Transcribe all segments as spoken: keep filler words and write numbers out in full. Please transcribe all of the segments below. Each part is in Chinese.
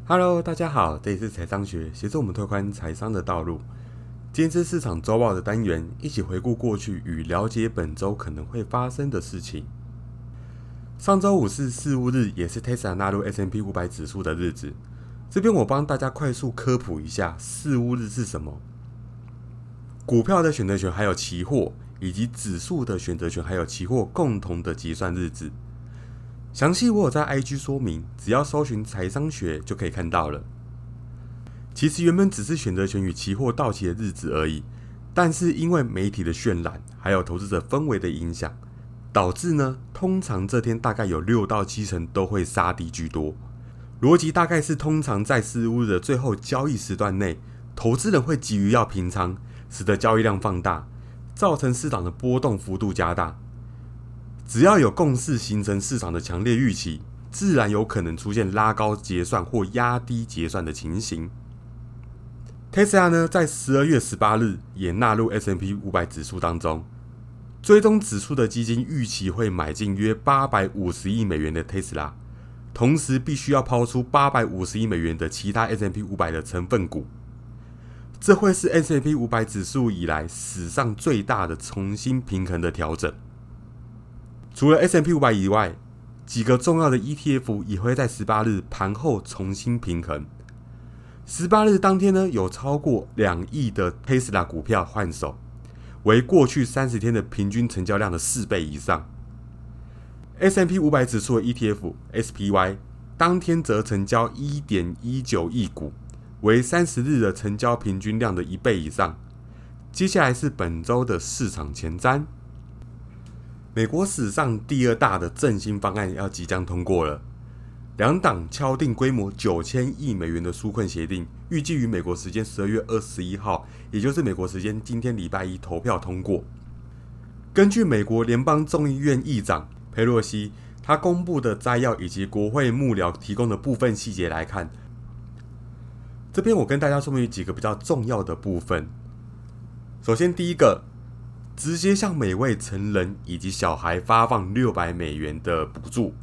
Hello，大家好，这里是财商学，协助我们拓宽财商的道路。今天是市场周报的单元，一起回顾过去与了解本周可能会发生的事情。上周五是四巫日，也是 Tesla 纳入 S and P 五百 指数的日子。这边我帮大家快速科普一下四巫日是什么。股票的选择权还有期货，以及指数的选择权还有期货共同的结算日子。详细我有在 I G 说明，只要搜寻财商学就可以看到了。其实原本只是选择权与期货到期的日子而已，但是因为媒体的渲染，还有投资者氛围的影响，导致呢，通常这天大概有六到七成都会杀低居多。逻辑大概是通常在四巫日的最后交易时段内，投资人会急于要平仓，使得交易量放大，造成市场的波动幅度加大。只要有共识形成市场的强烈预期，自然有可能出现拉高结算或压低结算的情形。Tesla 呢，在十二月十八日也纳入 S and P 五百 指数当中，追踪指数的基金预期会买进约八百五十亿美元的 Tesla， 同时必须要抛出八百五十亿美元的其他 S and P 五百 的成分股。这会是 S and P 五百 指数以来史上最大的重新平衡的调整。除了 S and P 五百 以外，几个重要的 E T F 也会在十八日盘后重新平衡。十八日当天呢，有超过两亿的 Tesla 股票换手，为过去三十天的平均成交量的四倍以上。S and P 五百 指数的 E T F S P Y 当天则成交 一点一九亿股，为三十日的成交平均量的一倍以上。接下来是本周的市场前瞻。美国史上第二大的振兴方案要即将通过了，两党敲定规模九千亿美元的纾困协定，预计于美国时间十二月二十一号，也就是美国时间今天礼拜一投票通过。根据美国联邦众议院议长佩洛西他公布的摘要以及国会幕僚提供的部分细节来看，这边我跟大家说明几个比较重要的部分。首先第一个，直接向每位成人以及小孩发放六百美元的补助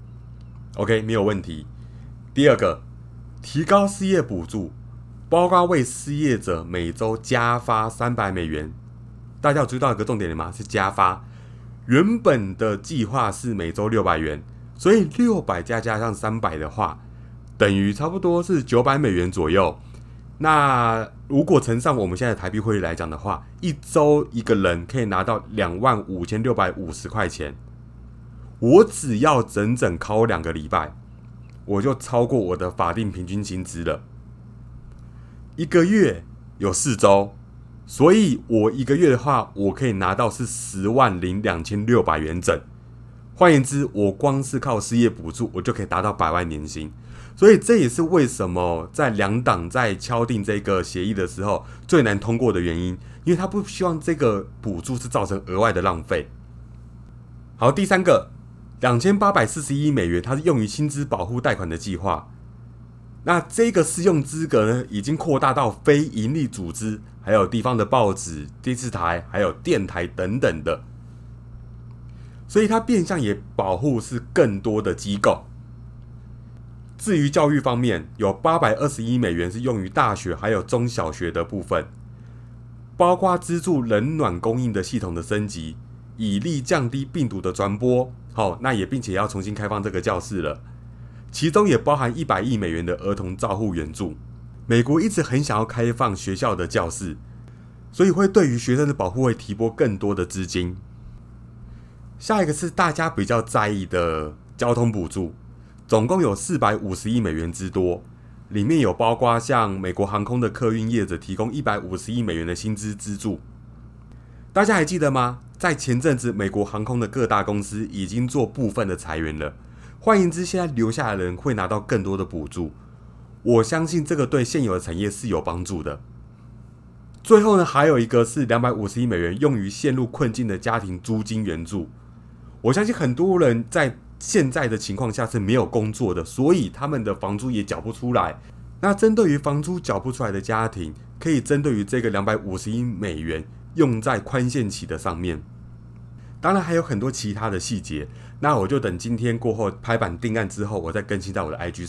，OK 没有问题。第二个，提高失业补助，包括为失业者每周加发三百美元。大家有注意到一个重点吗？是加发。原本的计划是每周六百元，所以六百加加上三百的话，等于差不多是九百美元左右。那如果乘上我们现在的台币汇率来讲的话，一周一个人可以拿到两万五千六百五十块钱。我只要整整考两个礼拜，我就超过我的法定平均薪资了。一个月有四周，所以我一个月的话，我可以拿到是十万零两千六百元整。换言之，我光是靠失业补助，我就可以达到百万年薪。所以这也是为什么在两党在敲定这个协议的时候最难通过的原因，因为他不希望这个补助是造成额外的浪费。好，第三个，两千八百四十亿美元，它是用于薪资保护贷款的计划。那这个适用资格呢，已经扩大到非营利组织，还有地方的报纸、电视台，还有电台等等的。所以它变相也保护是更多的机构。至于教育方面，有八百二十亿美元是用于大学还有中小学的部分，包括资助冷暖供应的系统的升级，以利降低病毒的传播。好，那也并且要重新开放这个教室了，其中也包含一百亿美元的儿童照护援助。美国一直很想要开放学校的教室，所以会对于学生的保护会提拨更多的资金。下一个是大家比较在意的交通补助。总共有四百五十亿美元之多，里面有包括向美国航空的客运业者提供一百五十亿美元的薪资资助。大家还记得吗？在前阵子，美国航空的各大公司已经做部分的裁员了。换言之，现在留下的人会拿到更多的补助。我相信这个对现有的产业是有帮助的。最后呢，还有一个是两百五十亿美元用于陷入困境的家庭租金援助。我相信很多人在现在的情况下是没有工作的，所以他们的房租也缴不出来。那针对于房租缴不出来的家庭，可以针对于这个两百五十亿美元用在宽限期的上面。当然还有很多其他的细节，那我就等今天过后拍板定案之后，我再更新到我的 I G 上。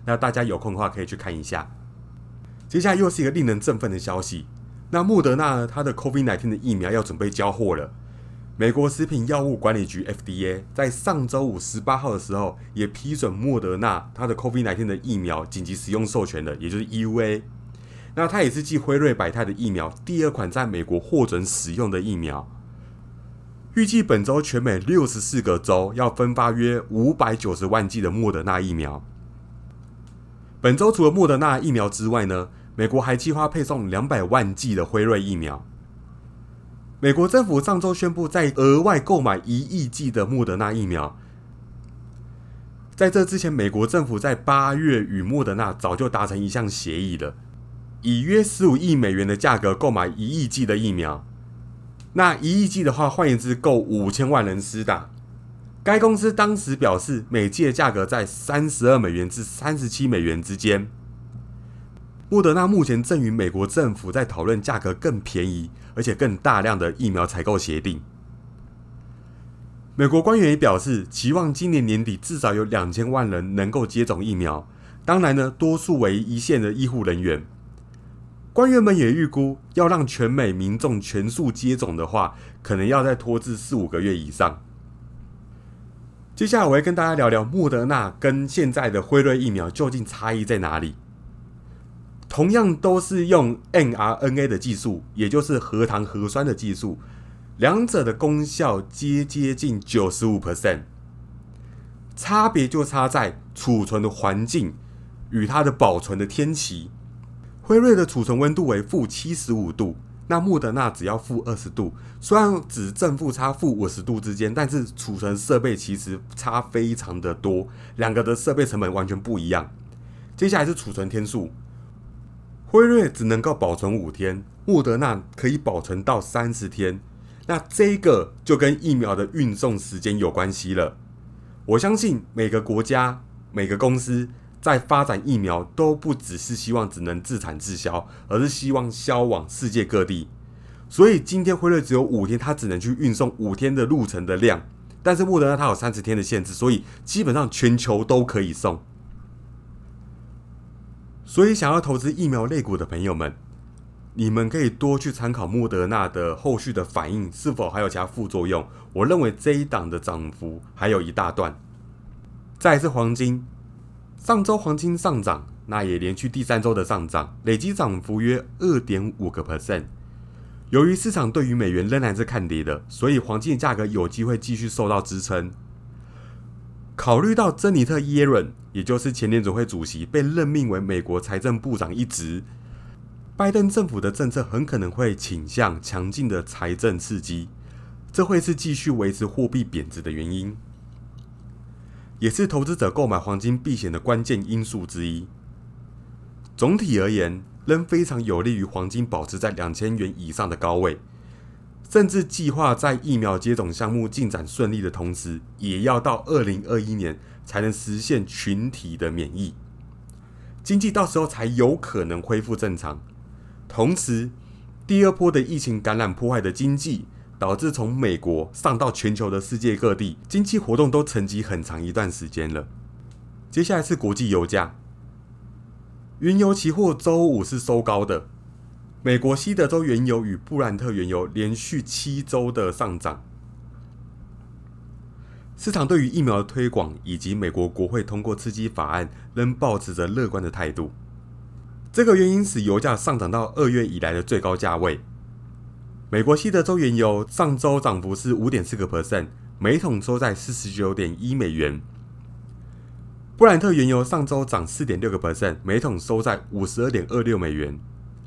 那大家有空的话可以去看一下。接下来又是一个令人振奋的消息，那莫德纳它的 COVID 十九 的疫苗要准备交货了。美国食品药物管理局 F D A 在上周五十八号的时候，也批准莫德纳它的 COVID 十九 的疫苗紧急使用授权了，也就是 E U A。那它也是继辉瑞百泰的疫苗第二款在美国获准使用的疫苗。预计本周全美六十四个州要分发约五百九十万剂的莫德纳疫苗。本周除了莫德纳疫苗之外呢，美国还计划配送两百万剂的辉瑞疫苗。美国政府上周宣布再额外购买一亿剂的莫德纳疫苗。在这之前，美国政府在八月与莫德纳早就达成一项协议了，以约十五亿美元的价格购买一亿剂的疫苗。那一亿剂的话，换言之够五千万人施打。该公司当时表示，每剂的价格在三十二美元至三十七美元之间。莫德纳目前正与美国政府在讨论价格更便宜而且更大量的疫苗采购协定。美国官员也表示，期望今年年底至少有两千万人能够接种疫苗，当然呢，多数为一线的医护人员。官员们也预估，要让全美民众全数接种的话，可能要再拖至四五个月以上。接下来我会跟大家聊聊莫德纳跟现在的辉瑞疫苗究竟差异在哪里。同样都是用 m R N A 的技术，也就是核糖核酸的技术，两者的功效皆接近 百分之九十五， 差别就差在储存的环境与它的保存的天期。辉瑞的储存温度为负七十五度，那莫德纳只要负二十度，虽然只正负差负五十度之间，但是储存设备其实差非常的多，两个的设备成本完全不一样。接下来是储存天数，辉瑞只能够保存五天，莫德纳可以保存到三十天。那这个就跟疫苗的运送时间有关系了。我相信每个国家、每个公司在发展疫苗都不只是希望只能自产自销，而是希望销往世界各地。所以今天辉瑞只有五天，它只能去运送五天的路程的量，但是莫德纳它有三十天的限制，所以基本上全球都可以送。所以想要投资疫苗类股的朋友们，你们可以多去参考莫德纳的后续的反应是否还有其他副作用。我认为这一档的涨幅还有一大段。再来是黄金，上周黄金上涨，那也连续第三周的上涨，累计涨幅约 百分之二点五。由于市场对于美元仍然是看跌的，所以黄金的价格有机会继续受到支撑。考虑到珍妮特·耶伦，也就是前联准会主席，被任命为美国财政部长一职，拜登政府的政策很可能会倾向强劲的财政刺激，这会是继续维持货币贬值的原因，也是投资者购买黄金避险的关键因素之一。总体而言，仍非常有利于黄金保持在两千元以上的高位，甚至计划在疫苗接种项目进展顺利的同时，也要到二零二一年才能实现群体的免疫，经济到时候才有可能恢复正常。同时，第二波的疫情感染破坏的经济，导致从美国上到全球的世界各地，经济活动都沉寂很长一段时间了。接下来是国际油价，原油期货周五是收高的，美国西德州原油与布兰特原油连续七周的上涨。市场对于疫苗的推广以及美国国会通过刺激法案仍抱持着乐观的态度。这个原因使油价上涨到二月以来的最高价位。美国西德州原油上周涨幅是 百分之五点四， 每桶收在 四十九点一美元。布兰特原油上周涨 百分之四点六， 每桶收在 五十二点二六美元。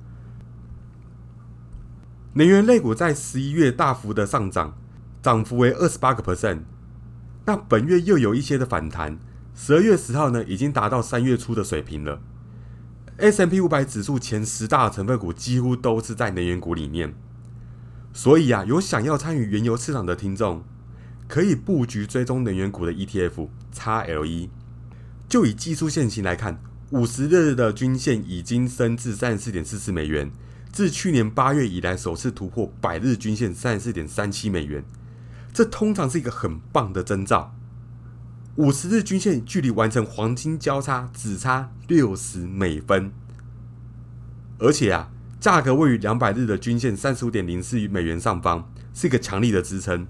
能源类股在十一月大幅的上涨，涨幅为 百分之二十八。那本月又有一些的反弹，十二月十号呢，已经达到三月初的水平了。S and P 五百 指数前十大成分股几乎都是在能源股里面，所以啊，有想要参与原油市场的听众，可以布局追踪能源股的 E T F X L E。就以技术线型来看，五十日的均线已经升至 三十四点四四美元，自去年八月以来首次突破百日均线 三十四点三七美元，这通常是一个很棒的征兆。 五十日均线距离完成黄金交叉只差六十美分，而且啊，价格位于两百日的均线 三十五点零四 美元上方，是一个强力的支撑。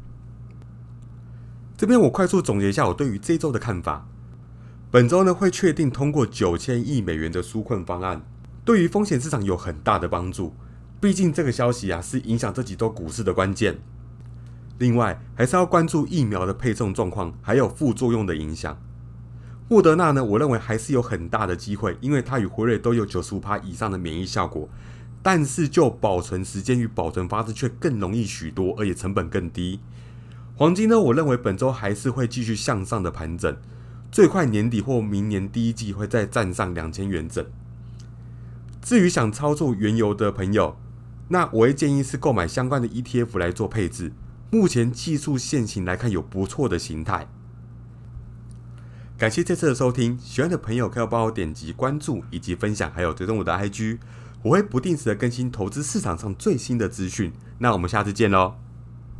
这边我快速总结一下我对于这一周的看法。本周呢会确定通过九千亿美元的纾困方案，对于风险市场有很大的帮助。毕竟这个消息啊是影响这几周股市的关键。另外还是要关注疫苗的配送状况，还有副作用的影响。莫德纳呢，我认为还是有很大的机会，因为它与辉瑞都有 百分之九十五 以上的免疫效果，但是就保存时间与保存方式却更容易许多，而且成本更低。黄金呢，我认为本周还是会继续向上的盘整，最快年底或明年第一季会再站上两千元整。至于想操作原油的朋友，那我会建议是购买相关的 E T F 来做配置，目前技术线型来看有不错的形态。感谢这次的收听，喜欢的朋友可以帮我点击关注以及分享，还有追踪我的 I G， 我会不定时的更新投资市场上最新的资讯。那我们下次见咯。